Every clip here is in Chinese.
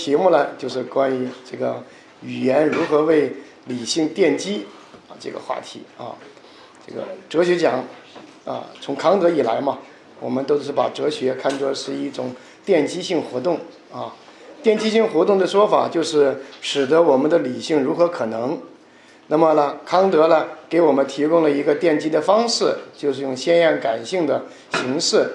题目呢，就是关于这个语言如何为理性奠基这个话题啊。这个哲学讲从康德以来嘛，我们都是把哲学看作是一种奠基性活动啊。奠基性活动的说法就是使得我们的理性如何可能。那么呢，康德呢给我们提供了一个奠基的方式，就是用鲜艳感性的形式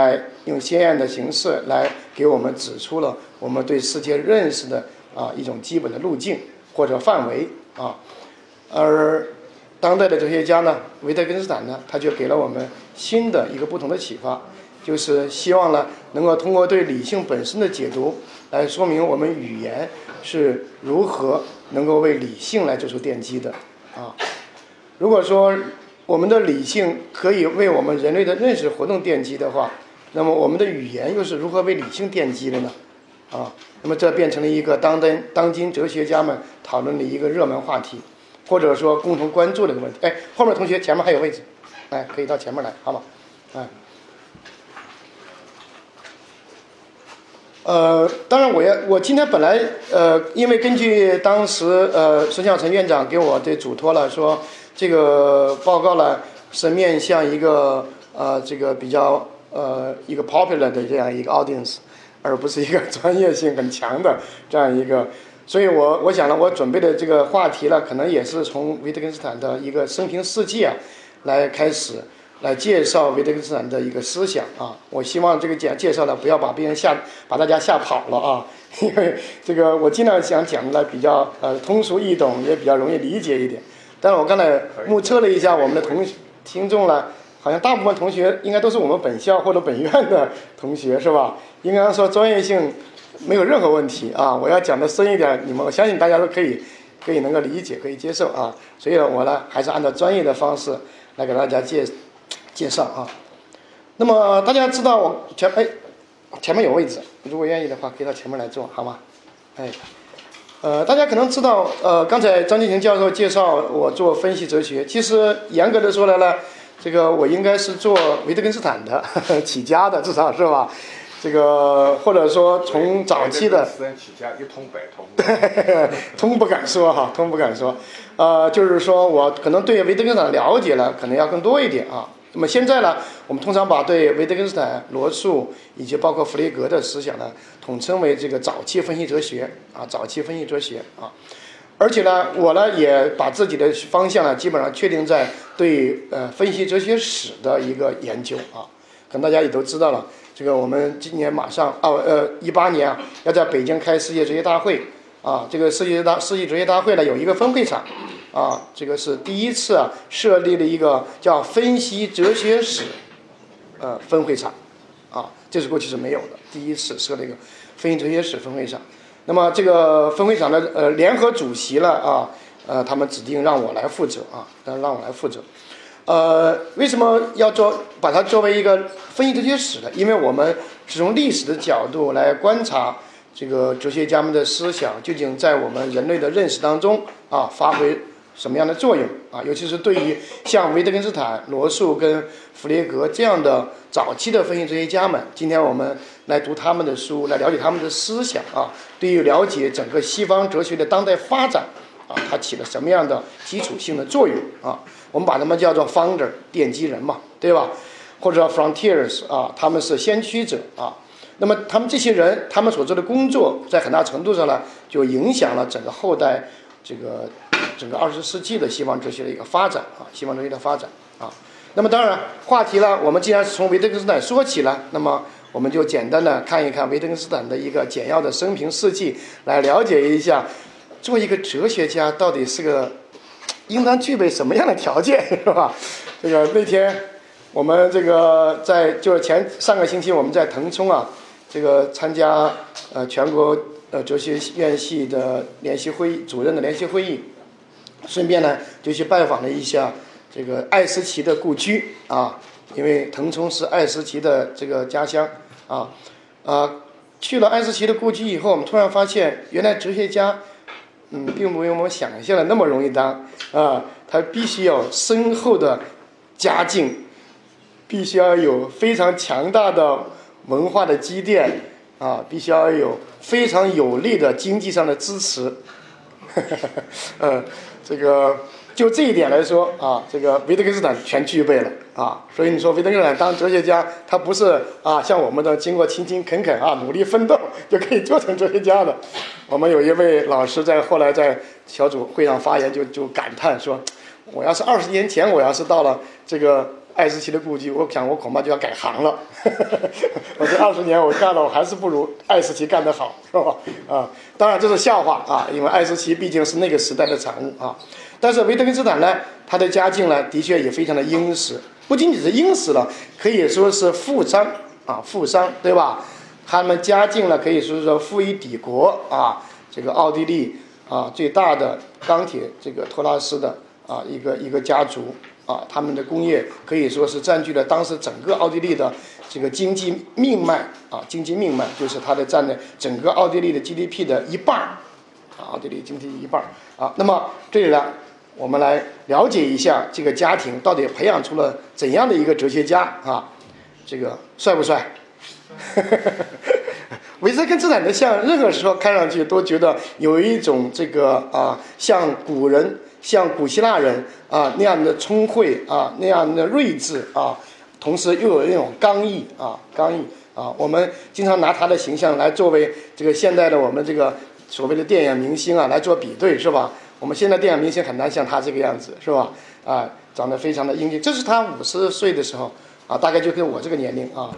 来给我们指出了我们对世界认识的一种基本的路径或者范围啊。而当代的哲学家呢，维特根斯坦呢，他就给了我们新的一个不同的启发，就是希望呢能够通过对理性本身的解读来说明我们语言是如何能够为理性来做出奠基的啊。如果说我们的理性可以为我们人类的认识活动奠基的话，那么我们的语言又是如何为理性奠基的呢？那么这变成了一个当今哲学家们讨论的一个热门话题，或者说共同关注的一个问题。后面同学前面还有位置，可以到前面来，好吗？当然我今天本来因为根据当时孙笑成院长给我的嘱托了，说这个报告呢是面向一个这个比较一个 popular 的这样一个 audience， 而不是一个专业性很强的这样一个，所以我想呢，我准备的这个话题呢，可能也是从维特根斯坦的一个生平事迹来开始来介绍维特根斯坦的一个思想我希望这个介绍呢，不要把大家吓跑了因为这个我尽量想讲的比较通俗易懂，也比较容易理解一点。但是我刚才目测了一下我们的听众呢，好像大部分同学应该都是我们本校或者本院的同学，是吧？应该说专业性没有任何问题我要讲的深一点，我相信大家都可以能够理解，可以接受所以我呢还是按照专业的方式来给大家介绍那么大家知道我前面有位置，如果愿意的话可以到前面来坐，好吗？大家可能知道刚才张金平教授介绍我做分析哲学，其实严格的说来呢，这个我应该是做维特根斯坦的起家的，至少是吧？这个或者说从早期的起家一通百通， 通不敢说通不敢说，就是说我可能对维特根斯坦了解了可能要更多一点那么现在呢，我们通常把对维特根斯坦、罗素以及包括弗雷格的思想呢，统称为这个早期分析哲学早期分析哲学而且呢，我呢也把自己的方向呢，基本上确定在对分析哲学史的一个研究可能大家也都知道了，这个我们今年马上2018年要在北京开世界哲学大会这个世界哲学大会呢有一个分会场这个是第一次设立了一个叫分析哲学史分会场这是过去是没有的，第一次设立一个分析哲学史分会场。那么这个分会场的联合主席了他们指定让我来负责为什么要把它作为一个分析哲学史呢？因为我们是从历史的角度来观察这个哲学家们的思想究竟在我们人类的认识当中发挥什么样的作用尤其是对于像维特根斯坦、罗素跟弗雷格这样的早期的分析哲学家们，今天我们来读他们的书，来了解他们的思想对于了解整个西方哲学的当代发展它起了什么样的基础性的作用我们把他们叫做 founder 奠基人嘛，对吧？或者 frontiers 他们是先驱者那么他们这些人，他们所做的工作在很大程度上呢，就影响了整个后代整个20世纪的西方哲学的一个发展西方哲学的发展那么当然话题呢，我们既然是从维特根斯坦说起了，那么我们就简单的看一看维特根斯坦的一个简要的生平事迹，来了解一下做一个哲学家到底是个应当具备什么样的条件，是吧？这个那天我们这个就是上个星期我们在腾冲这个参加全国哲学院系的联席会议主任的联席会议，顺便呢就去拜访了一下这个艾思奇的故居因为腾冲是艾思奇的这个家乡去了艾思奇的故居以后，我们突然发现原来哲学家并不如我们想象的那么容易当他必须有深厚的家境，必须要有非常强大的文化的积淀啊，必须要有非常有力的经济上的支持。这个就这一点来说啊，这个维特根斯坦全具备了啊。所以你说维特根斯坦当哲学家，他不是啊像我们的经过勤勤恳恳啊努力奋斗就可以做成哲学家的。我们有一位老师后来在小组会上发言就感叹说，我要是20年前我要是到了这个艾思奇的故居，我想我恐怕就要改行了。我这20年我干了，我还是不如艾思奇干得好，是吧？啊，当然这是笑话啊，因为艾思奇毕竟是那个时代的产物啊。但是维特根斯坦呢，他的家境呢，的确也非常的殷实，不仅仅是殷实了，可以说是富商啊，富商，对吧？他们家境呢，可以说是富于敌国啊，这个奥地利啊最大的钢铁这个托拉斯的啊一个家族。啊，他们的工业可以说是占据了当时整个奥地利的这个经济命脉啊，经济命脉就是它的占了整个奥地利的 GDP 的一半啊，奥地利经济一半啊。那么这里呢，我们来了解一下这个家庭到底培养出了怎样的一个哲学家啊？这个帅不帅？维特根斯坦的像任何时候看上去都觉得有一种这个啊，像古希腊人啊那样的聪慧啊，那样的睿智啊，同时又有那种刚毅啊。我们经常拿他的形象来作为这个现代的我们这个所谓的电影明星啊来做比对，是吧？我们现在电影明星很难像他这个样子，是吧？啊，长得非常的英俊。这是他50岁的时候。啊，大概就跟我这个年龄啊，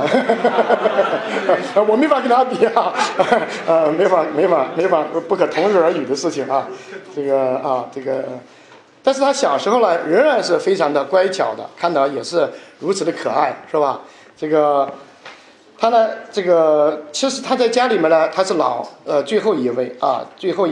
我没法跟他比啊，没法，不可同日而语的事情啊，这个，但是他小时候呢，仍然是非常的乖巧的，看到也是如此的可爱，是吧？这个，他呢，这个其实他在家里面呢，他是最后一位啊，最后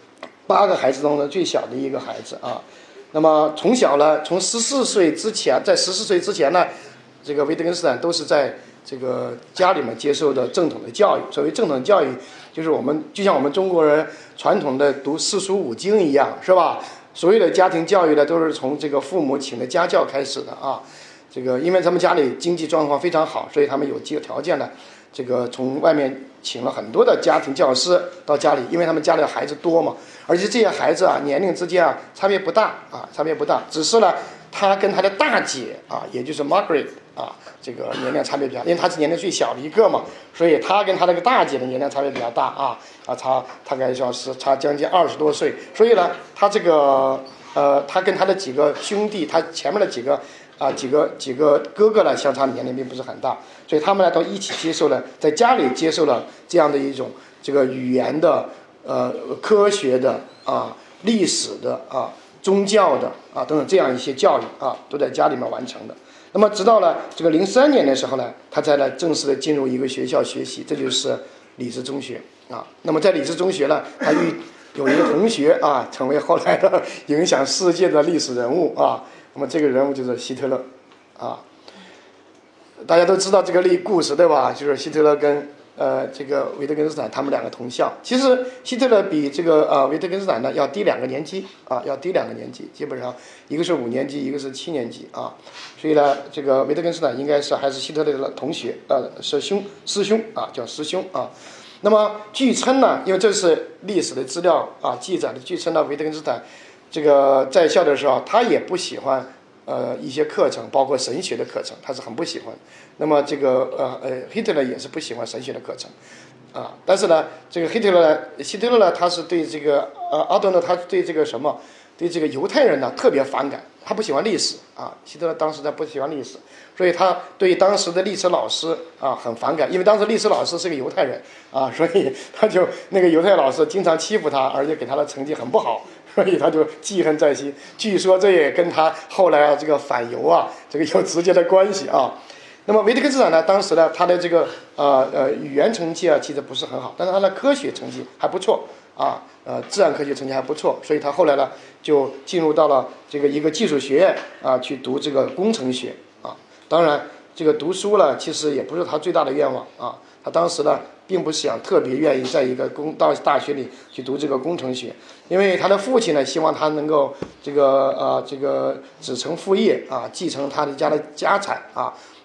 8个孩子中的最小的一个孩子啊。那么从小呢，从14岁之前，在14岁之前呢，这个维特根斯坦都是在这个家里面接受的正统的教育。所谓正统教育，就是就像我们中国人传统的读4书5经一样，是吧？所有的家庭教育呢，都是从这个父母请的家教开始的啊。这个因为他们家里经济状况非常好，所以他们有条件呢，这个从外面请了很多的家庭教师到家里，因为他们家里的孩子多嘛。而且这些孩子啊，年龄之间啊差别不大，只是呢，他跟他的大姐啊，也就是 Margaret 啊，这个年龄差别比较，因为他是年龄最小的一个嘛，所以他跟他那个大姐的年龄差别比较大啊，差大概是差将近20多岁，所以呢，他这个他跟他的几个兄弟，他前面的几个哥哥呢，相差的年龄并不是很大，所以他们呢都一起接受了，在家里接受了这样的一种这个语言的。科学的啊，历史的啊，宗教的啊等等这样一些教育啊，都在家里面完成的。那么直到了这个03年的时候呢，他才来正式的进入一个学校学习，这就是李氏中学啊。那么在李氏中学呢，他有一个同学啊，成为后来的影响世界的历史人物啊。那么这个人物就是希特勒啊。大家都知道这个故事对吧？就是希特勒跟这个维特根斯坦他们2个同校。其实希特勒比这个维特根斯坦呢要低2个年级啊，基本上一个是5年级，一个是7年级啊。所以呢，这个维特根斯坦应该是还是希特勒的同学，师兄啊，叫师兄啊。那么据称呢，因为这是历史的资料啊记载的，据称呢，维特根斯坦这个在校的时候，他也不喜欢一些课程，包括神学的课程，他是很不喜欢。那么这个希特勒也是不喜欢神学的课程，啊，但是呢，这个希特勒呢，他是对这个阿多呢，他对这个对这个犹太人呢特别反感，他不喜欢历史啊。希特勒当时不喜欢历史，所以他对当时的历史老师啊很反感，因为当时历史老师是个犹太人啊，所以他就那个犹太老师经常欺负他，而且给他的成绩很不好。所以他就记恨在心，据说这也跟他后来这个反犹啊，这个有直接的关系啊。那么维特根斯坦呢，当时呢，他的这个语言成绩啊，其实不是很好，但是他的科学成绩还不错啊，自然科学成绩还不错，所以他后来呢就进入到了这个一个技术学院啊，去读这个工程学啊。当然，这个读书呢，其实也不是他最大的愿望啊。他当时呢，并不是想特别愿意在一个到大学里去读这个工程学，因为他的父亲呢，希望他能够这个子承父业啊，继承他的家的家产啊。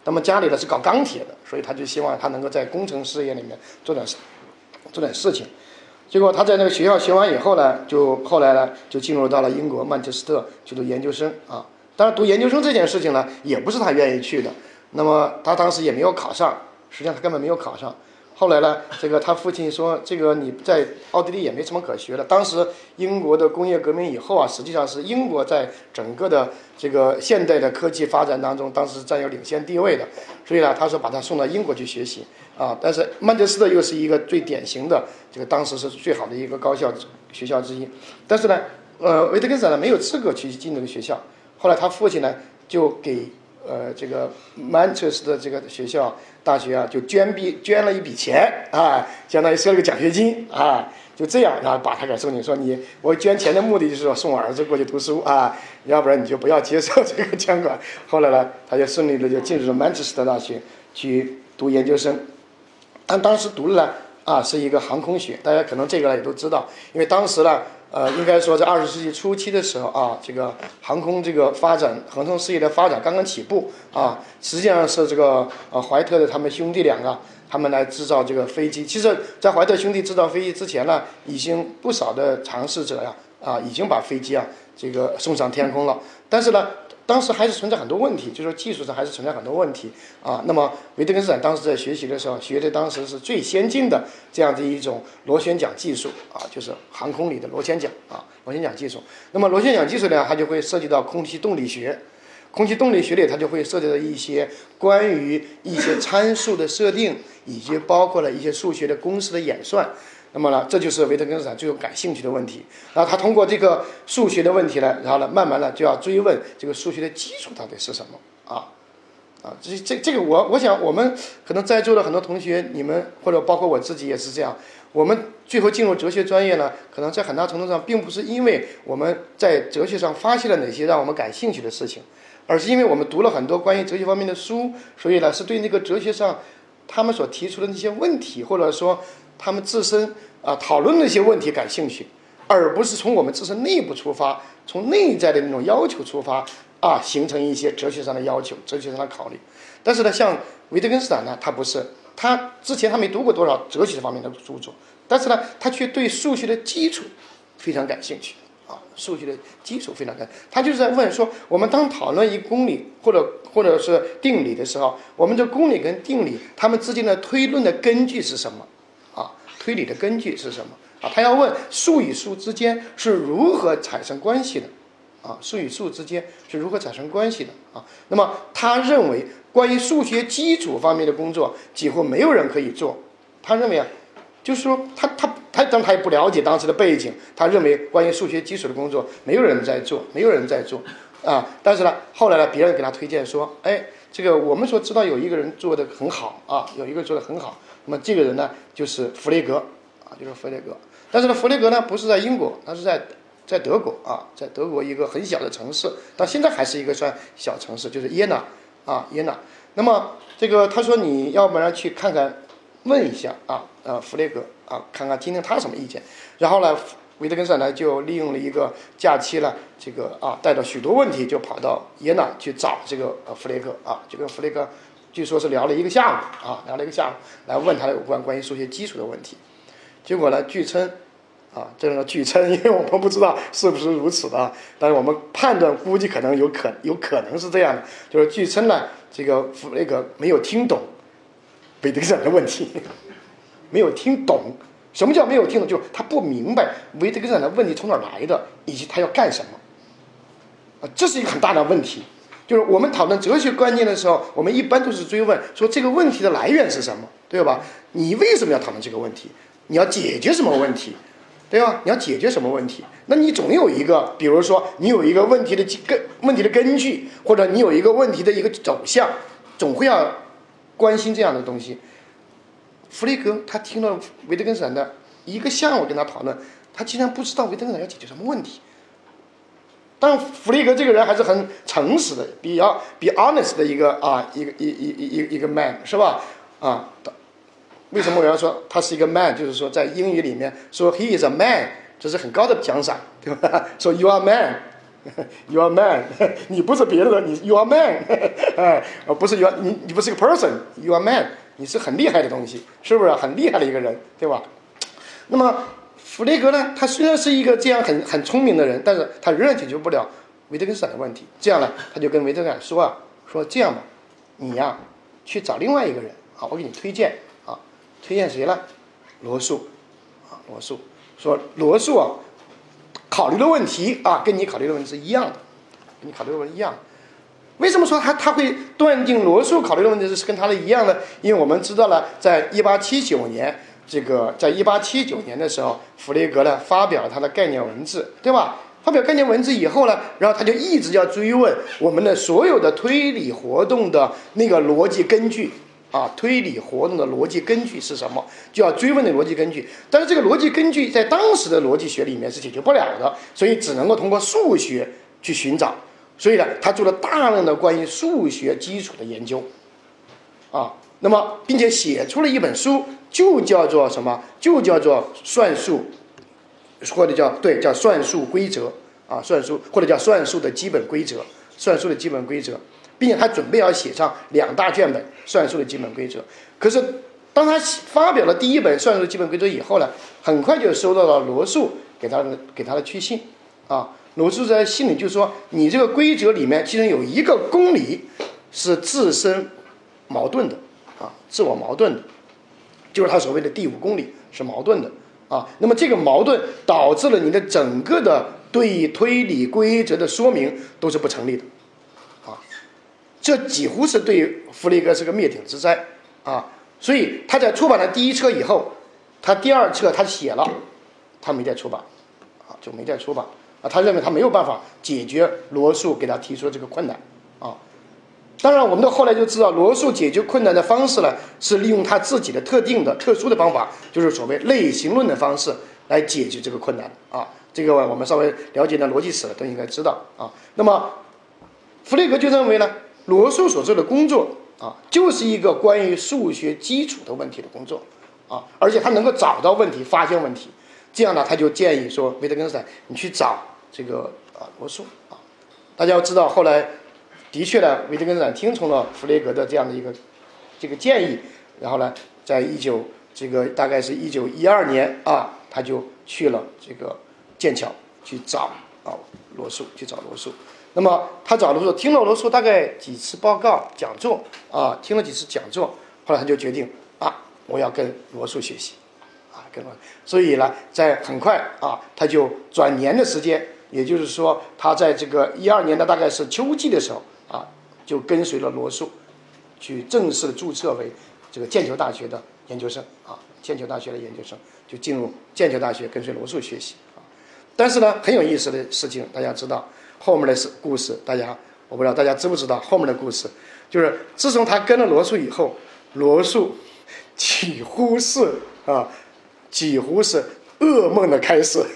那么家里呢是搞钢铁的，所以他就希望他能够在工程事业里面做点事情。结果他在那个学校学完以后呢，后来呢就进入到了英国曼彻斯特去读研究生啊。当然读研究生这件事情呢，也不是他愿意去的。那么他当时也没有考上，实际上他根本没有考上。后来呢，这个他父亲说，这个你在奥地利也没什么可学的。当时英国的工业革命以后啊，实际上是英国在整个的这个现代的科技发展当中，当时占有领先地位的。所以呢，他说把他送到英国去学习啊。但是曼彻斯特又是一个最典型的这个当时是最好的一个高校学校之一。但是呢，维特根斯坦呢没有资格去进这个学校。后来他父亲呢就给这个曼彻斯特这个大学啊，就捐了一笔钱啊，相当于收了个奖学金啊，就这样，然后把他给送进，说我捐钱的目的就是说送我儿子过去读书啊，要不然你就不要接受这个捐款。后来呢，他就顺利的就进入了曼彻斯特大学去读研究生。当时读的呢是一个航空学，大家可能这个也都知道，因为当时呢。应该说在20世纪初期的时候啊，这个航空这个发展，航空事业的发展刚刚起步啊，实际上是这个怀特的他们兄弟俩啊，他们来制造这个飞机。其实，在怀特兄弟制造飞机之前呢，已经不少的尝试者呀已经把飞机这个送上天空了，但是呢。当时还是存在很多问题，就是说技术上还是存在很多问题啊。那么维特根斯坦当时在学习的时候，学的当时是最先进的这样的一种螺旋桨技术啊，就是航空里的螺旋桨螺旋桨技术。那么螺旋桨技术呢，它就会涉及到空气动力学，空气动力学里它就会涉及到一些关于一些参数的设定，以及包括了一些数学的公式的演算。那么呢，这就是维特根斯坦最有感兴趣的问题。然后他通过这个数学的问题呢，然后呢，慢慢的就要追问这个数学的基础到底是什么这个我想我们可能在座的很多同学，你们或者包括我自己也是这样。我们最后进入哲学专业呢，可能在很大程度上并不是因为我们在哲学上发现了哪些让我们感兴趣的事情，而是因为我们读了很多关于哲学方面的书，所以呢，是对那个哲学上他们所提出的那些问题，或者说他们自身讨论那些问题感兴趣，而不是从我们自身内部出发，从内在的那种要求出发形成一些哲学上的要求、哲学上的考虑。但是呢，像维特根斯坦呢，他不是，他之前他没读过多少哲学方面的著作，但是呢，他却对数学的基础非常感兴趣数学的基础非常感兴趣。他就是在问说，我们当讨论一公理或者是定理的时候，我们这公理跟定理它们之间的推论的根据是什么推理的根据是什么他要问数与数之间是如何产生关系的数与数之间是如何产生关系的那么他认为关于数学基础方面的工作几乎没有人可以做。他认为就是说当他也不了解当时的背景，他认为关于数学基础的工作没有人在做但是呢，后来呢，别人给他推荐说，这个我们所知道有一个人做得很好有一个做得很好，那么这个人呢就是弗雷格但是呢，弗雷格呢不是在英国，他是在德国在德国一个很小的城市，到现在还是一个算小城市，就是耶拿。那么这个他说你要不然去看看，问一下弗雷格看看听听他什么意见。然后呢，维特根斯坦呢就利用了一个假期呢，这个带着许多问题就跑到耶拿去找这个弗雷格就跟弗雷格据说是聊了一个下午来问他有关于数学基础的问题。结果呢，据称这个据称，因为我们不知道是不是如此的但是我们判断估计可能有可能是这样的，就是据称呢，这个弗雷格没有听懂维特根斯坦的问题，没有听懂。什么叫没有听懂？就是他不明白维特根斯坦的问题从哪儿来的，以及他要干什么这是一个很大的问题。就是我们讨论哲学观念的时候，我们一般都是追问说这个问题的来源是什么，对吧？你为什么要讨论这个问题？你要解决什么问题，对吧？你要解决什么问题？那你总有一个，比如说你有一个问题的根据，或者你有一个问题的一个走向，总会要关心这样的东西。弗雷格他听了维特根斯坦的一个下午跟他讨论，他竟然不知道维特根斯坦要解决什么问题。当然，弗雷格这个人还是很诚实的，比 honest 的一个 man 是吧？为什么我要说他是一个 man？ 就是说在英语里面说 he is a man， 这是很高的奖赏，对吧？说 you are man， ，you are man， 你不是别的，you are man， 不是你不是个 person，you are man， 你是很厉害的东西，是不是很厉害的一个人，对吧？那么弗雷格呢，他虽然是一个这样很聪明的人，但是他仍然解决不了维特根斯坦的问题。这样呢，他就跟维特根斯坦说这样吧，你呀去找另外一个人啊，我给你推荐啊，推荐谁呢？罗素啊，罗素说罗素啊，考虑的问题啊，跟你考虑的问题是一样的，跟你考虑的问题一样的。为什么说他会断定罗素考虑的问题是跟他的一样呢？因为我们知道了，在1879年。在1879年的时候，弗雷格呢发表了他的概念文字，对吧？发表概念文字以后呢，然后他就一直要追问我们的所有的推理活动的那个逻辑根据啊，推理活动的逻辑根据是什么？就要追问的逻辑根据。但是这个逻辑根据在当时的逻辑学里面是解决不了的，所以只能够通过数学去寻找。所以呢，他做了大量的关于数学基础的研究啊，那么并且写出了一本书。就叫做什么？就叫做算术，或者叫算术规则啊，算术或者叫算术的基本规则，算术的基本规则，并且他准备要写上2大卷本算术的基本规则。可是当他发表了第一本算术的基本规则以后呢，很快就收到了罗素给他的去信啊。罗素在信里就说，你这个规则里面其实有一个公理是自身矛盾的啊，自我矛盾的。就是他所谓的第5公理是矛盾的啊，那么这个矛盾导致了你的整个的对推理规则的说明都是不成立的啊，这几乎是对弗雷格是个灭顶之灾啊，所以他在出版了第1册以后，他第2册他写了，他没再出版啊，就没再出版啊，他认为他没有办法解决罗素给他提出的这个困难啊。当然，我们后来就知道，罗素解决困难的方式呢，是利用他自己的特殊的方法，就是所谓类型论的方式来解决这个困难啊。这个我们稍微了解的逻辑史的都应该知道啊。那么，弗雷格就认为呢，罗素所做的工作啊，就是一个关于数学基础的问题的工作啊，而且他能够找到问题，发现问题。这样呢，他就建议说，维特根斯坦，你去找这个罗素啊。大家要知道，后来。的确呢，维特根斯坦听从了弗雷格的这样的一个建议，然后呢，在大概是1912年啊，他就去了这个剑桥去找罗素。那么他找罗素，听了罗素大概几次报告讲座啊，听了几次讲座，后来他就决定啊，我要跟罗素学习啊，所以呢，在很快啊，他就转年的时间，也就是说，他在这个12年的大概是秋季的时候。啊，就跟随了罗素，去正式注册为这个剑桥大学的研究生啊，剑桥大学的研究生就进入剑桥大学跟随罗素学习啊。但是呢，很有意思的事情，大家知道后面的故事，我不知道大家知不知道后面的故事，就是自从他跟了罗素以后，罗素几乎是噩梦的开始，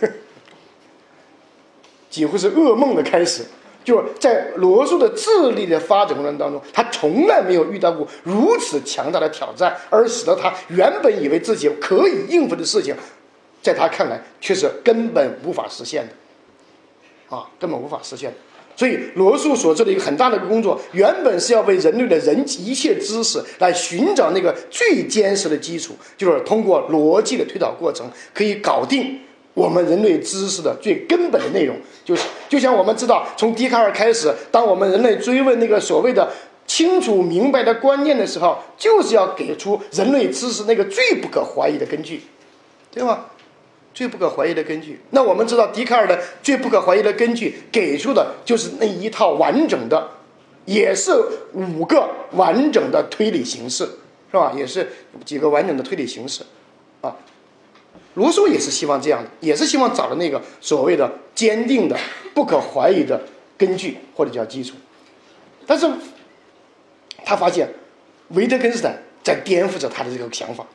几乎是噩梦的开始。就是在罗素的智力的发展过程当中，他从来没有遇到过如此强大的挑战，而使得他原本以为自己可以应付的事情，在他看来却是根本无法实现的啊，根本无法实现的。所以罗素所做的一个很大的工作，原本是要为人类的一切知识来寻找那个最坚实的基础，就是通过逻辑的推导过程可以搞定我们人类知识的最根本的内容。就像我们知道，从笛卡尔开始，当我们人类追问那个所谓的清楚明白的观念的时候，就是要给出人类知识那个最不可怀疑的根据，对吗？最不可怀疑的根据。那我们知道笛卡尔的最不可怀疑的根据给出的就是那一套完整的，也是5个完整的推理形式，是吧？也是几个完整的推理形式啊。罗素也是希望这样的，也是希望找到那个所谓的坚定的不可怀疑的根据或者叫基础。但是他发现维特根斯坦在颠覆着他的这个想法，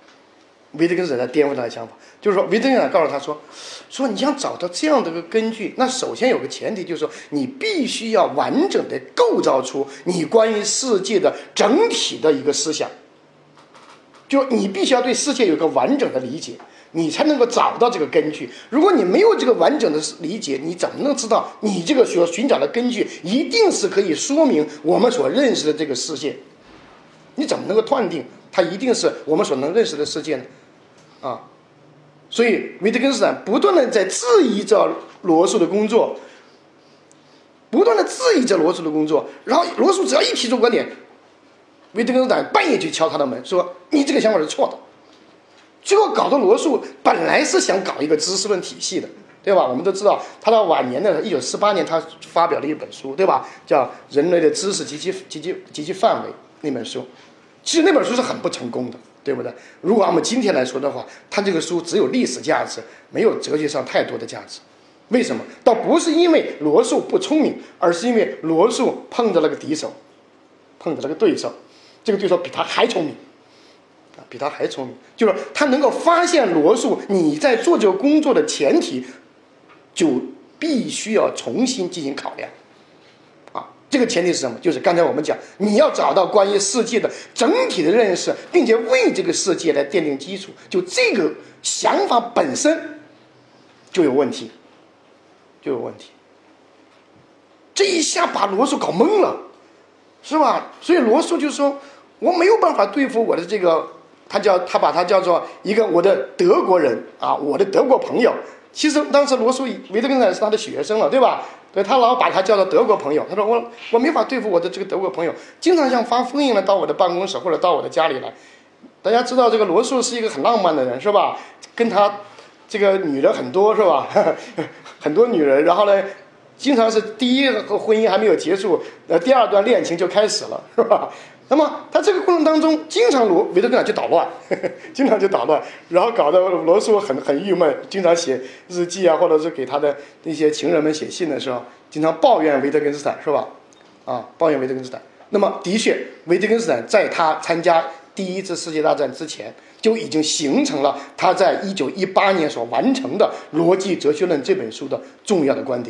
就是说维特根斯坦告诉他说你想找到这样的一个根据，那首先有个前提，就是说你必须要完整的构造出你关于世界的整体的一个思想，就你必须要对世界有一个完整的理解， 你才能够找到这个根据。如果你没有这个完整的理解，你怎么能知道你这个所寻找的根据一定是可以说明我们所认识的这个世界？你怎么能够断定它一定是我们所能认识的世界呢？所以维特根斯坦不断的在质疑着罗素的工作，然后罗素只要一提出观点，维特根斯坦半夜去敲他的门，说你这个想法是错的。最后搞得罗素本来是想搞一个知识论体系的，对吧？我们都知道他到晚年的1948年他发表了一本书，对吧？叫《人类的知识及其范围》那本书。其实那本书是很不成功的，对不对？如果按我们今天来说的话，他这个书只有历史价值，没有哲学上太多的价值。为什么？倒不是因为罗素不聪明，而是因为罗素碰着了个敌手，碰着了个对手，这个对手比他还聪明，就是他能够发现罗素你在做这个工作的前提，就必须要重新进行考量。这个前提是什么？就是刚才我们讲，你要找到关于世界的整体的认识，并且为这个世界来奠定基础，就这个想法本身就有问题，这一下把罗素搞懵了，是吧？所以罗素就说，我没有办法对付我的这个，他把他叫做一个我的德国人我的德国朋友。其实当时罗素维特根斯坦是他的学生了，对吧？对，他老把他叫做德国朋友。他说我没法对付我的这个德国朋友，经常像发疯一样的到我的办公室或者到我的家里来。大家知道这个罗素是一个很浪漫的人，是吧？跟他这个女人很多，是吧？很多女人，然后呢，经常是第一个婚姻还没有结束，第二段恋情就开始了，是吧？那么他这个过程当中，经常维特根斯坦就捣乱，然后搞得罗素很郁闷，经常写日记或者是给他的那些情人们写信的时候，经常抱怨维特根斯坦，是吧？抱怨维特根斯坦。那么的确，维特根斯坦在他参加第一次世界大战之前，就已经形成了他在1918年所完成的《逻辑哲学论》这本书的重要的观点。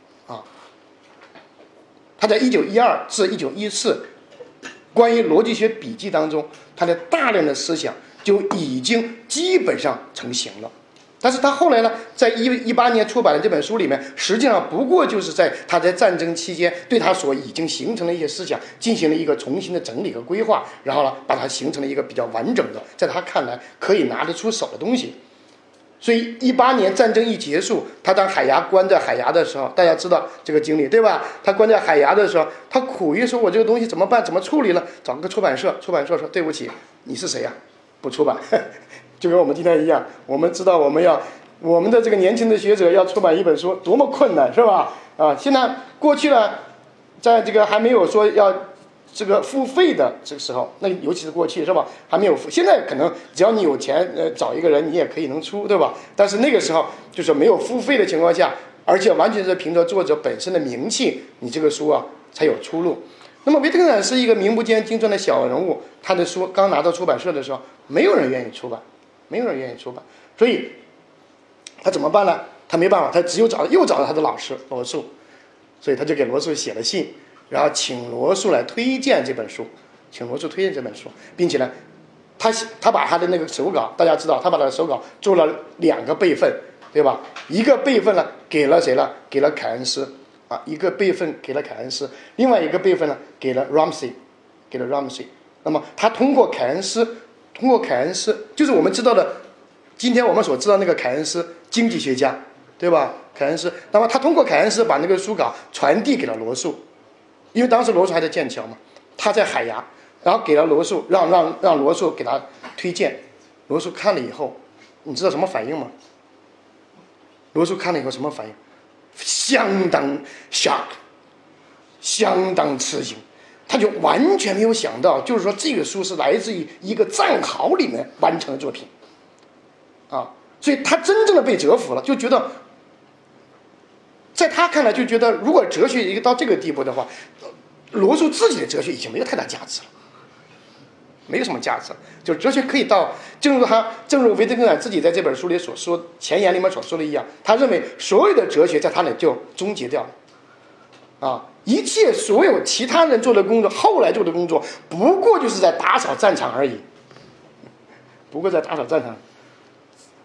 他在1912至1914关于逻辑学笔记当中，他的大量的思想就已经基本上成型了。但是他后来呢，在18年出版的这本书里面，实际上不过就是在他在战争期间对他所已经形成的一些思想进行了一个重新的整理和规划，然后呢，把它形成了一个比较完整的，在他看来可以拿得出手的东西。所以18年战争一结束，他当海牙关在海牙的时候，大家知道这个经历，对吧？他关在海牙的时候，他苦于说我这个东西怎么办，怎么处理了？找个出版社说对不起，你是谁呀？不出版。就跟我们今天一样，我们知道我们的这个年轻的学者要出版一本书多么困难，是吧？现在过去了，在这个还没有说要这个付费的这个时候，那尤其是过去，是吧？还没有付，现在可能只要你有钱，找一个人你也可以能出，对吧？但是那个时候就是没有付费的情况下，而且完全是凭着作者本身的名气，你这个书才有出路。那么维特根斯坦是一个名不见经传的小人物，他的书刚拿到出版社的时候，没有人愿意出版，所以他怎么办呢？他没办法，他只有又找到他的老师罗素，所以他就给罗素写了信，然后请罗素来推荐这本书，并且呢，他把他的那个手稿，大家知道，他把他的手稿做了2个备份，对吧？一个备份呢给了谁呢？给了凯恩斯一个备份给了凯恩斯，另外一个备份呢给了 Ramsey。那么他通过凯恩斯，就是我们知道的，今天我们所知道那个凯恩斯经济学家，对吧？凯恩斯，那么他通过凯恩斯把那个书稿传递给了罗素，因为当时罗素还在剑桥嘛，他在海牙，然后给了罗素，让罗素给他推荐。罗素看了以后，你知道什么反应吗？罗素看了以后什么反应？相当 shock， 相当吃惊。他就完全没有想到，就是说这个书是来自于一个战壕里面完成的作品所以他真正的被折服了，就觉得在他看来就觉得，如果哲学一个到这个地步的话，罗素自己的哲学已经没有太大价值了，没有什么价值，就哲学可以到，正如维特根斯坦自己在这本书里所说前言里面所说的一样，他认为所有的哲学在他那里就终结掉了一切所有其他人做的工作，后来做的工作，不过就是在打扫战场而已，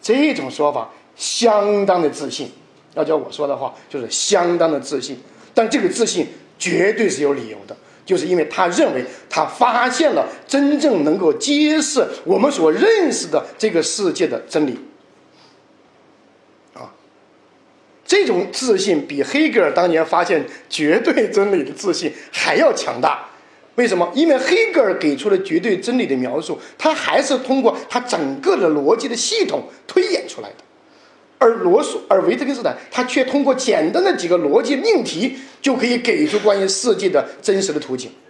这种说法相当的自信，要叫我说的话就是相当的自信，但这个自信绝对是有理由的，就是因为他认为他发现了真正能够揭示我们所认识的这个世界的真理。这种自信比黑格尔当年发现绝对真理的自信还要强大。为什么？因为黑格尔给出了绝对真理的描述，他还是通过他整个的逻辑的系统推演出来的，而维特根斯坦他却通过简单的几个逻辑命题就可以给出关于世界的真实的图景。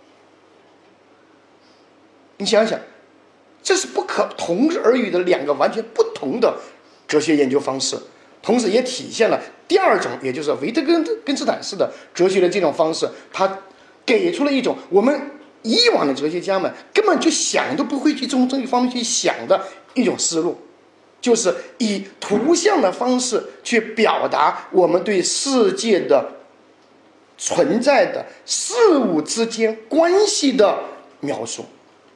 你想想，这是不可同日而语的两个完全不同的哲学研究方式，同时也体现了第二种，也就是维特根斯坦式的哲学的这种方式，它给出了一种我们以往的哲学家们根本就想都不会去从这一方面去想的一种思路，就是以图像的方式去表达我们对世界的存在的事物之间关系的描述。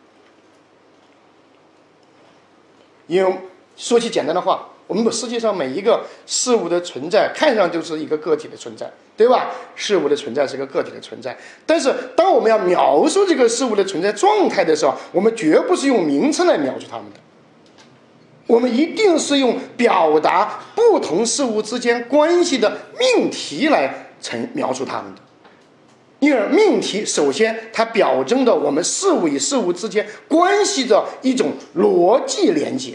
因为说起简单的话，我们的世界上每一个事物的存在看上就是一个个体的存在，对吧？事物的存在是一个个体的存在，但是当我们要描述这个事物的存在状态的时候，我们绝不是用名称来描述它们的，我们一定是用表达不同事物之间关系的命题来描述它们的。因而命题首先它表征的我们事物与事物之间关系的一种逻辑联系，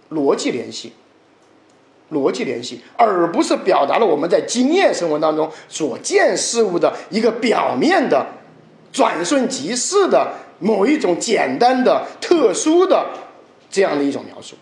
而不是表达了我们在经验生活当中所见事物的一个表面的转瞬即逝的某一种简单的特殊的这样的一种描述。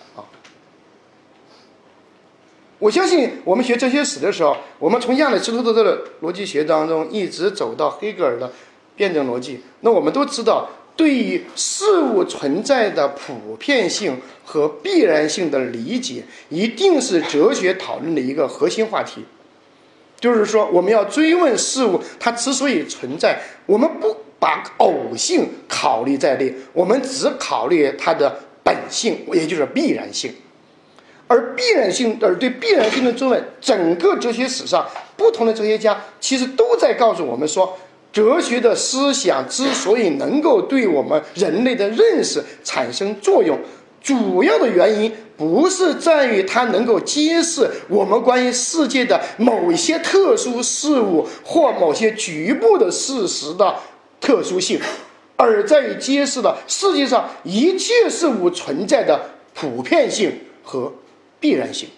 我相信我们学哲学史的时候，我们从亚里士多德的逻辑学当中一直走到黑格尔的辩证逻辑，那我们都知道，对于事物存在的普遍性和必然性的理解，一定是哲学讨论的一个核心话题。就是说，我们要追问事物它之所以存在，我们不把偶性考虑在内，我们只考虑它的本性，也就是必然性。而对必然性的追问，整个哲学史上不同的哲学家其实都在告诉我们说，哲学的思想之所以能够对我们人类的认识产生作用，主要的原因不是在于它能够揭示我们关于世界的某一些特殊事物或某些局部的事实的特殊性，而在于揭示了世界上一切事物存在的普遍性和必然性。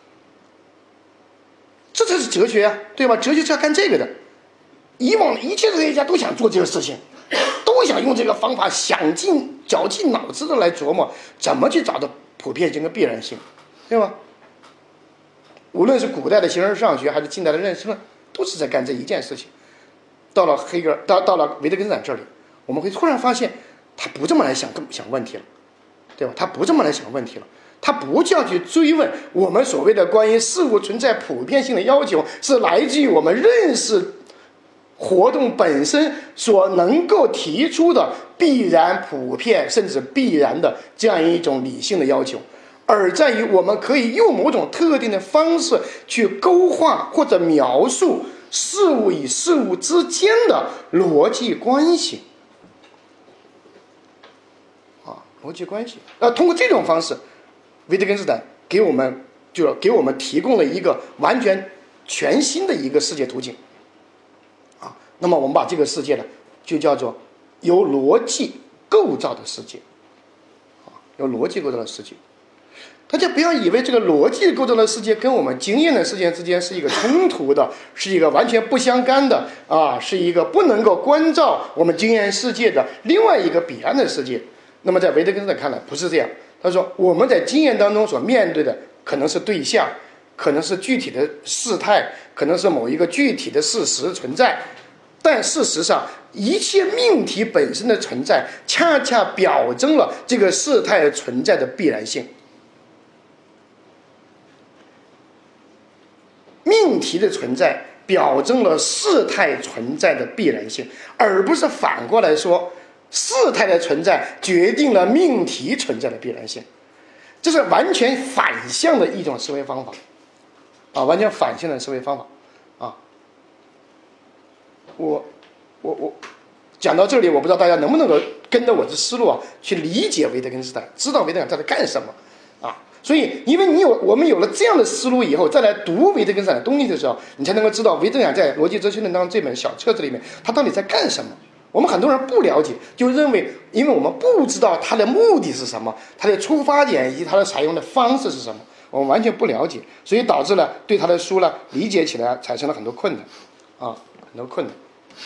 这才是哲学啊，对吧？哲学是要干这个的。以往的一切哲学家都想做这个事情，都想用这个方法绞尽脑汁的来琢磨怎么去找到普遍性和必然性，对吧？无论是古代的形而上学还是近代的认识论，都是在干这一件事情。到了黑格尔，到了维特根斯坦这里，我们会突然发现他不这么来想问题了，对吧？他不这么来想问题了。他不叫去追问我们所谓的关于事物存在普遍性的要求是来自于我们认识活动本身所能够提出的必然、普遍甚至必然的这样一种理性的要求，而在于我们可以用某种特定的方式去勾画或者描述事物与事物之间的逻辑关系。逻辑关系。通过这种方式，维特根斯坦给我们提供了一个完全全新的一个世界图景。那么我们把这个世界呢，就叫做由逻辑构造的世界。由逻辑构造的世界。大家不要以为这个逻辑构造的世界跟我们经验的世界之间是一个冲突的，是一个完全不相干的是一个不能够关照我们经验世界的另外一个彼岸的世界。那么在维特根斯坦看来不是这样，他说我们在经验当中所面对的可能是对象，可能是具体的事态，可能是某一个具体的事实存在，但事实上一切命题本身的存在恰恰表征了这个事态存在的必然性。命题的存在表征了事态存在的必然性，而不是反过来说事态的存在决定了命题存在的必然性。 这是完全反向的一种思维方法啊，完全反向的思维方法啊。我讲到这里，我不知道大家能不能够跟着我的思路啊，去理解维特根斯坦，知道维特根斯坦在干什么啊。所以，因为我们有了这样的思路以后，再来读维特根斯坦的东西的时候，你才能够知道维特根斯坦在《逻辑哲学论》当中这本小册子里面，他到底在干什么。我们很多人不了解，就认为，因为我们不知道他的目的是什么，他的出发点以及他的采用的方式是什么，我们完全不了解，所以导致了对他的书呢理解起来产生了很多困难，啊，很多困难。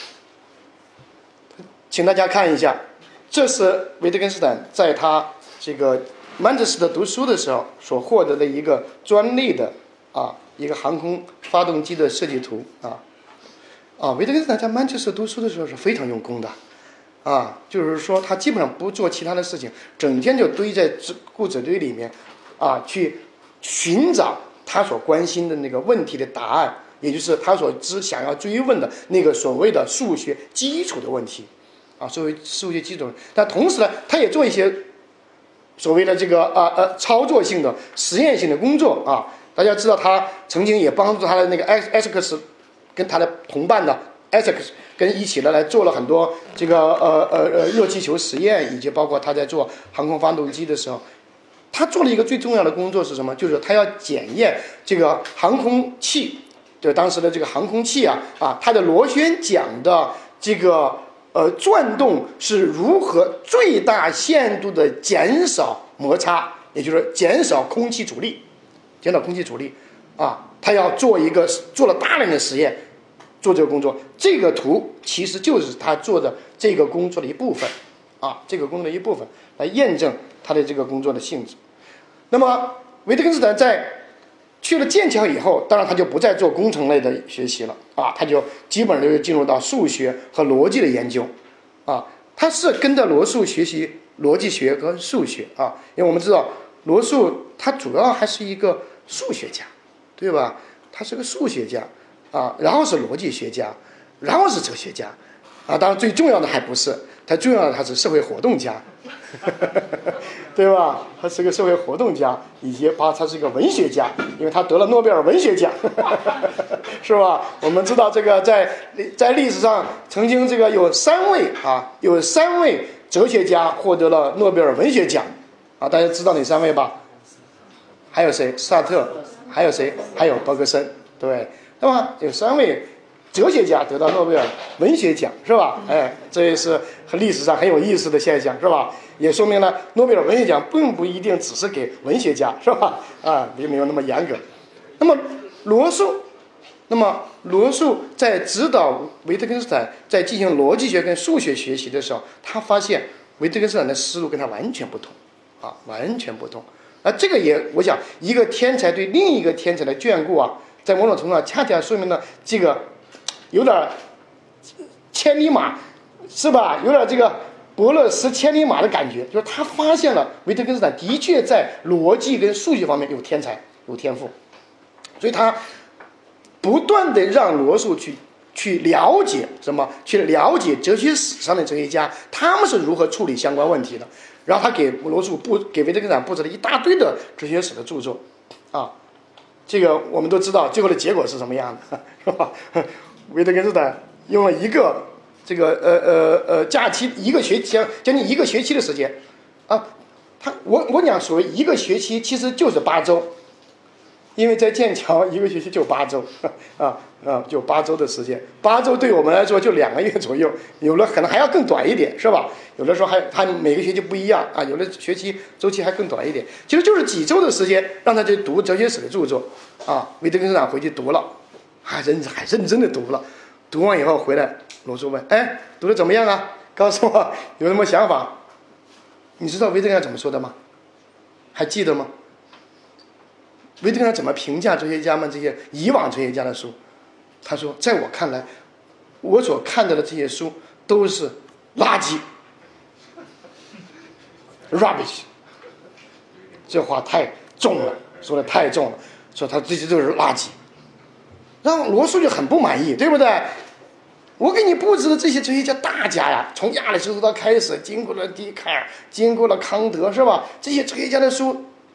请大家看一下，这是维特根斯坦在他这个曼彻斯特读书的时候所获得的一个专利的一个航空发动机的设计图维特根斯坦在曼彻斯特读书的时候是非常用功的就是说他基本上不做其他的事情，整天就堆在固执堆里面去寻找他所关心的那个问题的答案，也就是他所想要追问的那个所谓的数学基础的问题作为数学基础，但同时呢，他也做一些所谓的这个操作性的实验性的工作大家知道他曾经也帮助他的那个 Essex 跟他的同伴的 Essex 跟一起来做了很多这个热气球实验，以及包括他在做航空发动机的时候，他做了一个最重要的工作是什么？就是他要检验这个航空器，就当时的这个航空器它的螺旋桨的这个转动是如何最大限度的减少摩擦，也就是减少空气阻力，他要做了大量的实验，做这个工作。这个图其实就是他做的这个工作的一部分来验证他的这个工作的性质。那么维特根斯坦在去了剑桥以后，当然他就不再做工程类的学习了他就基本上就进入到数学和逻辑的研究他是跟着罗素学习逻辑学和数学因为我们知道罗素他主要还是一个数学家，对吧？他是个数学家然后是逻辑学家，然后是哲学家当然最重要的还不是，最重要的他是社会活动家对吧？他是个社会活动家，以及他是一个文学家，因为他得了诺贝尔文学奖是吧？我们知道这个在历史上曾经这个有三位哲学家获得了诺贝尔文学奖大家知道哪三位吧？还有谁？萨特，还有谁？还有伯格森，对。那么有三位哲学家得到诺贝尔文学奖，是吧？这也是历史上很有意思的现象，是吧？也说明了诺贝尔文学奖并不一定只是给文学家，是吧？并没有那么严格。那么罗素在指导维特根斯坦在进行逻辑学跟数学学习的时候，他发现维特根斯坦的思路跟他完全不同完全不同。这个也我想一个天才对另一个天才的眷顾在某种程度上恰恰说明了这个有点千里马，是吧？有点这个伯乐识千里马的感觉，就是他发现了维特根斯坦的确在逻辑跟数学方面有天才有天赋，所以他不断的让罗素去了解什么，去了解哲学史上的哲学家他们是如何处理相关问题的，然后他给维特根斯坦布置了一大堆的哲学史的著作这个我们都知道最后的结果是什么样的，是吧？维特根斯坦用了一个这个假期一个学期将近一个学期的时间我讲所谓一个学期其实就是8周，因为在剑桥一个学期就8周就8周的时间，8周对我们来说就2个月左右，有的可能还要更短一点，是吧？有的时候他每个学期不一样有的学期周期还更短一点，其实就是几周的时间让他去读哲学史的著作维特根斯坦回去读了，还认真的读了，读完以后回来，罗素问读的怎么样告诉我有什么想法。你知道维特根斯坦怎么说的吗？还记得吗？维特根斯坦怎么评价哲学家们这些以往哲学家的书？他说在我看来，我所看到的这些书都是垃圾，rubbish。这话太重了，说的太重了，说他这些都是垃圾，让罗素就很不满意，对不对？我给你布置的这些哲学家大家呀，从亚里士多德开始，经过了笛卡尔，经过了康德，是吧？这些哲学家的书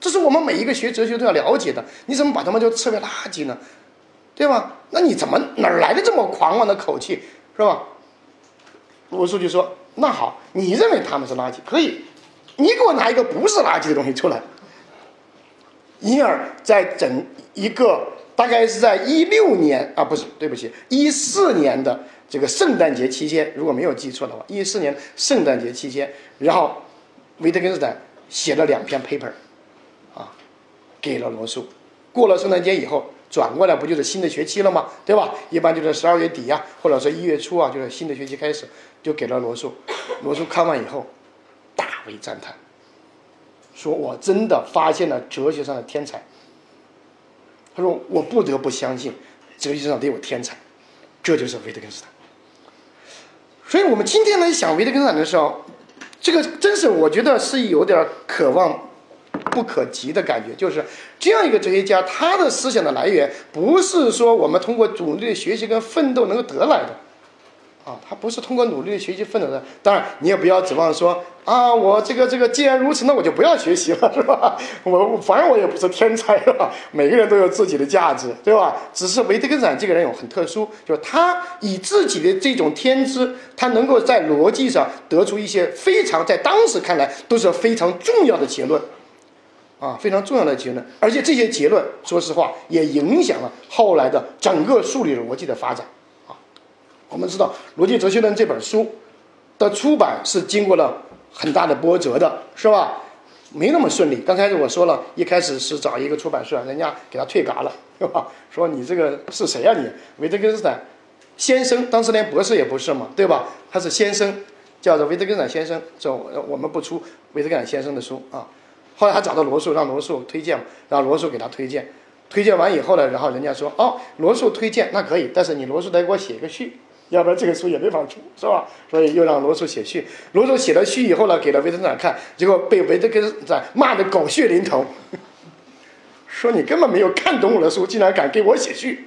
这是我们每一个学哲学都要了解的。你怎么把他们就视为垃圾呢？对吧？那你怎么哪来的这么狂妄的口气，是吧？罗素就说：“那好，你认为他们是垃圾，可以，你给我拿一个不是垃圾的东西出来。”因而，在整一个大概是在16年啊，不是，对不起，14年的这个圣诞节期间，如果没有记错的话，14年圣诞节期间，然后维特根斯坦写了2篇 paper， 啊，给了罗素。过了圣诞节以后，转过来不就是新的学期了吗？对吧？一般就是12月底啊，或者说1月初啊，就是新的学期开始，就给了罗素。罗素看完以后，大为赞叹，说我真的发现了哲学上的天才。他说我不得不相信哲学上得有天才，这就是维特根斯坦。所以我们今天来想维特根斯坦的时候，这个真是我觉得是有点可望不可及的感觉。就是这样一个哲学家，他的思想的来源不是说我们通过努力的学习跟奋斗能够得来的啊，他不是通过努力的学习奋斗的。当然你也不要指望说啊，我这个既然如此，那我就不要学习了，是吧？反正我也不是天才，是吧？每个人都有自己的价值，对吧？只是维特根斯坦这个人有很特殊，就是他以自己的这种天资，他能够在逻辑上得出一些非常在当时看来都是非常重要的结论啊，非常重要的结论。而且这些结论说实话也影响了后来的整个数理逻辑的发展啊。我们知道《逻辑哲学论》这本书的出版是经过了很大的波折的，是吧？没那么顺利。刚开始我说了，一开始是找一个出版社，人家给他退稿了，是吧？说你这个是谁啊你？维特根斯坦先生，当时连博士也不是嘛，对吧？他是先生，叫做维特根斯坦先生，这我们不出维特根斯坦先生的书啊。后来他找到罗素，让罗素推荐，让罗素给他推荐。推荐完以后呢，然后人家说哦，罗素推荐那可以，但是你罗素得给我写一个序，要不然这个书也没法出，是吧？所以又让罗素写序。罗素写了序以后呢，给了维特根斯坦看，结果被维特根斯坦骂得狗血淋头，说你根本没有看懂我的书，竟然敢给我写序，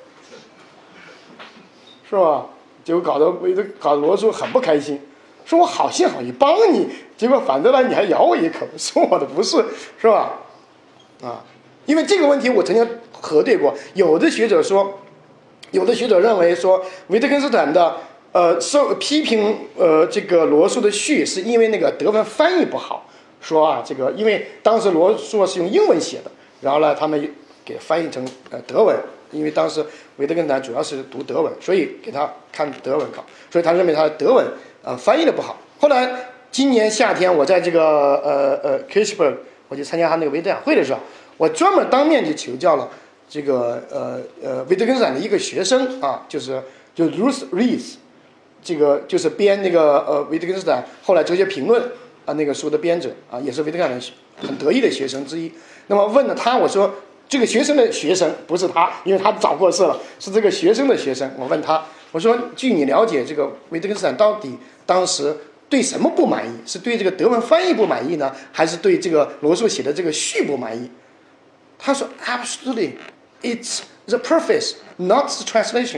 是吧？结果搞得罗素很不开心，说我好心好意帮你，结果反过来你还咬我一口，说我的不是，是吧？啊，因为这个问题我曾经核对过，有的学者认为说维特根斯坦的批评这个罗素的序是因为那个德文翻译不好，说啊这个因为当时罗素是用英文写的，然后呢他们给翻译成德文，因为当时维特根斯坦主要是读德文，所以给他看德文考，所以他认为他的德文翻译的不好。后来今年夏天我在这个Kirchberg 我去参加他那个维特讲会的时候，我专门当面去请教了这个维特根斯坦的一个学生啊，就 Ruth Rees， 这个就是编那个维特根斯坦后来哲学评论啊那个书的编者啊，也是维特根斯坦很得意的学生之一。那么问了他，我说这个学生的学生不是他，因为他早过世了，是这个学生的学生。我问他，我说据你了解，这个维特根斯坦到底当时对什么不满意？是对这个德文翻译不满意呢，还是对这个罗素写的这个序不满意？他说 Absolutely, it's the preface, not the translation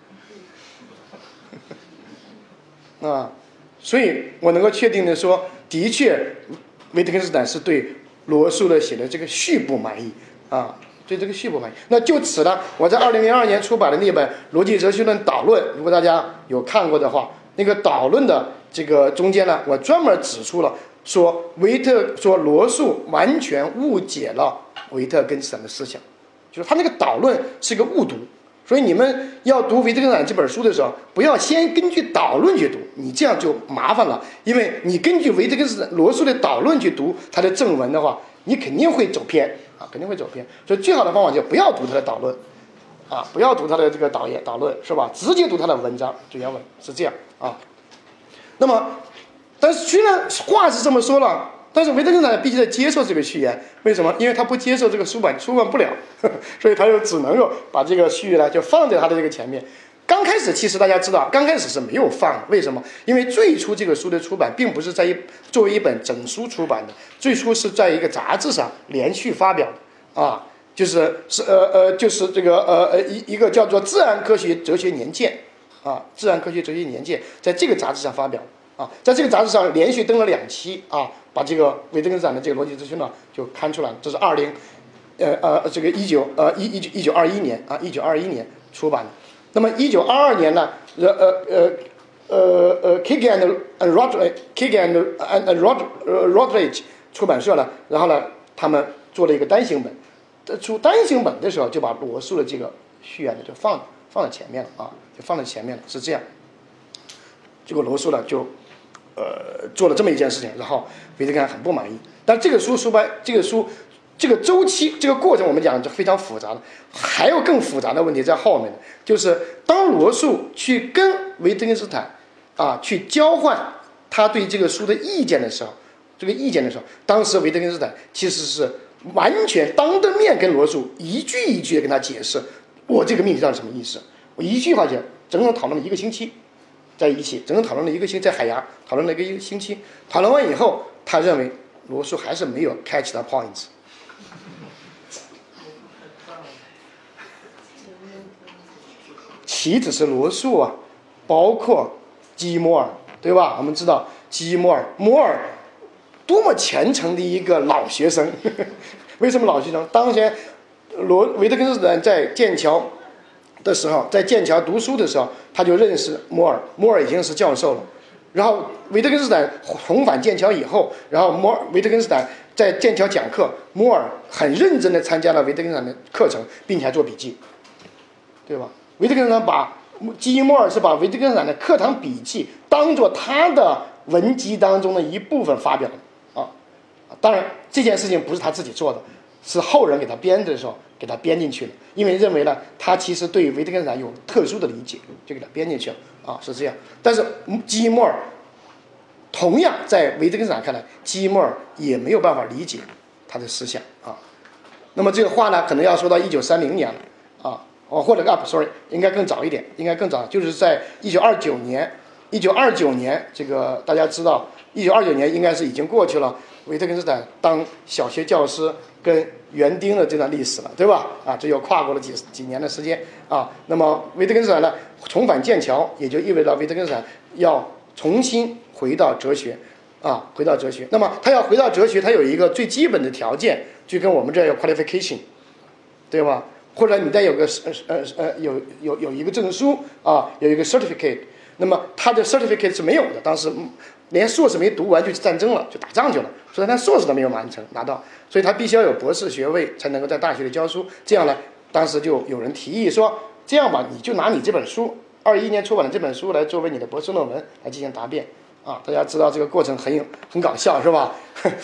啊，所以我能够确定的说，的确维特根斯坦是对罗素的写的这个序不满意啊，对这个序不满意。那就此呢，我在2002年出版的那本《逻辑哲学论导论》，如果大家有看过的话，那个导论的这个中间呢，我专门指出了说罗素完全误解了维特根斯坦的思想，就是他那个导论是个误读。所以你们要读维特根斯坦这本书的时候，不要先根据导论去读，你这样就麻烦了，因为你根据维特根斯坦罗素的导论去读他的正文的话，你肯定会走偏啊，肯定会走偏。所以最好的方法就不要读他的导论啊，不要读他的这个导论，是吧？直接读他的文章，原文是这样啊。那么，但是虽然话是这么说了，但是维特根斯坦必须得接受这个序言，为什么？因为他不接受这个出版不了，所以他就只能够把这个序呢就放在他的这个前面。刚开始其实大家知道，刚开始是没有放的，为什么？因为最初这个书的出版并不是作为一本整书出版的，最初是在一个杂志上连续发表的啊，就是这个一个叫做《自然科学哲学年鉴》啊，《自然科学哲学年鉴》在这个杂志上发表。啊，在这个杂志上连续登了2期啊， 把这个维特根斯坦的这个逻辑秩序呢就看出来了。这是1921年啊，1921年出版的。那么1922年呢Kagan and Routledge 出版社呢，然后呢他们做了一个单行本。出单行本的时候就把罗素的这个序言呢就放在前面了啊，就放在前面了，是这样。结果罗素呢就做了这么一件事情，然后维特根斯坦很不满意。但这个周期这个过程我们讲就非常复杂的，还有更复杂的问题在后面的，就是当罗素去跟维特根斯坦去交换他对这个书的意见的时候，当时维特根斯坦其实是完全当着面跟罗素一句一句的跟他解释我这个命题到底什么意思。我一句话讲，整整讨论了1个星期，在一起整整讨论了1个星期，在海牙讨论了1个星期。讨论完以后，他认为罗素还是没有 catch the points。岂止是罗素啊，包括基摩尔，对吧？我们知道基摩尔多么虔诚的一个老学生。为什么老学生？当前维特根斯坦在剑桥的时候，在剑桥读书的时候，他就认识摩尔已经是教授了。然后维特根斯坦重返剑桥以后，然后维特根斯坦在剑桥讲课，摩尔很认真地参加了维特根斯坦的课程，并且还做笔记，对吧？维特根斯坦基摩尔是把维特根斯坦的课堂笔记当作他的文集当中的一部分发表的当然这件事情不是他自己做的，是后人给他编的时候给他编进去了，因为认为呢他其实对维特根斯坦有特殊的理解，就给他编进去了是这样。但是基摩尔同样在维特根斯坦看来，基摩尔也没有办法理解他的思想那么这个话呢可能要说到1930年了或者应该更早一点，就是在1929年，这个大家知道1929年应该是已经过去了维特根斯坦当小学教师跟园丁的这段历史了，对吧？这又跨过了几年的时间那么维特根斯坦呢重返剑桥，也就意味着维特根斯坦要重新回到哲学那么他要回到哲学，他有一个最基本的条件，就跟我们这有 qualification， 对吧？或者你再有个有一个证书有一个 certificate。那么他的 certificate 是没有的，当时连硕士没读完就去战争了，就打仗去了，所以他硕士都没有拿到，所以他必须要有博士学位才能够在大学里教书。这样呢，当时就有人提议说，这样吧，你就拿你这本书21年出版的这本书来作为你的博士论文来进行答辩大家知道这个过程很搞笑是吧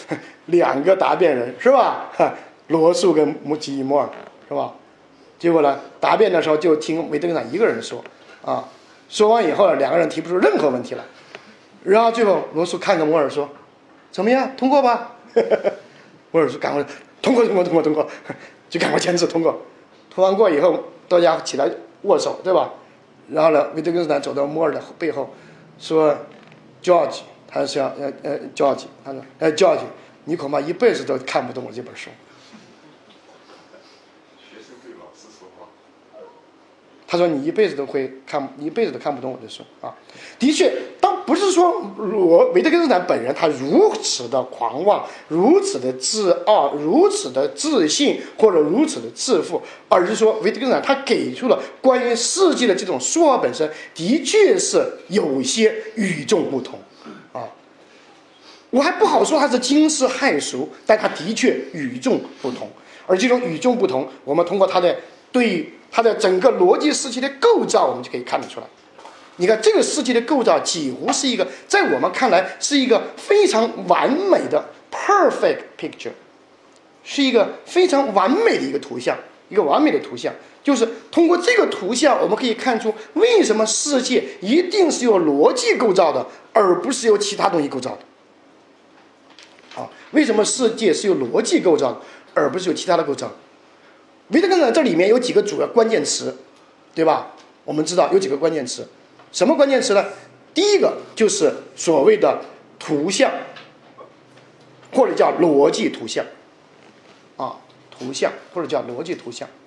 ？2个答辩人是吧？罗素跟基摩尔是吧？结果呢，答辩的时候就听维特根斯坦一个人说说完以后2个人提不出任何问题来，然后最后罗素看着摩尔说：“怎么样，通过吧？”摩尔说：“赶快通过，就赶快签字通过。”通完过以后，大家起来握手，对吧？然后呢，维特根斯坦走到摩尔的背后，说 ：“George， 他说George， 他说George， 你恐怕一辈子都看不懂我这本书。”他说：“你一辈子都看不懂我的书的确，不是说维特根斯坦本人他如此的狂妄，如此的自傲，如此的自信，或者如此的自负，而是说维特根斯坦他给出了关于世界的这种说法本身，的确是有些与众不同我还不好说他是惊世骇俗，但他的确与众不同。而这种与众不同，我们通过他的对它的整个逻辑世界的构造，我们就可以看得出来。你看这个世界的构造几乎是一个，在我们看来是一个非常完美的 perfect picture， 是一个非常完美的一个图像，就是通过这个图像，我们可以看出为什么世界一定是由逻辑构造的，而不是由其他东西构造的。为什么世界是由逻辑构造的，而不是由其他的构造的？维特根斯坦这里面有几个主要关键词，对吧？我们知道有几个关键词，什么关键词呢？第一个就是所谓的图像，或者叫逻辑图像图像或者叫逻辑图像。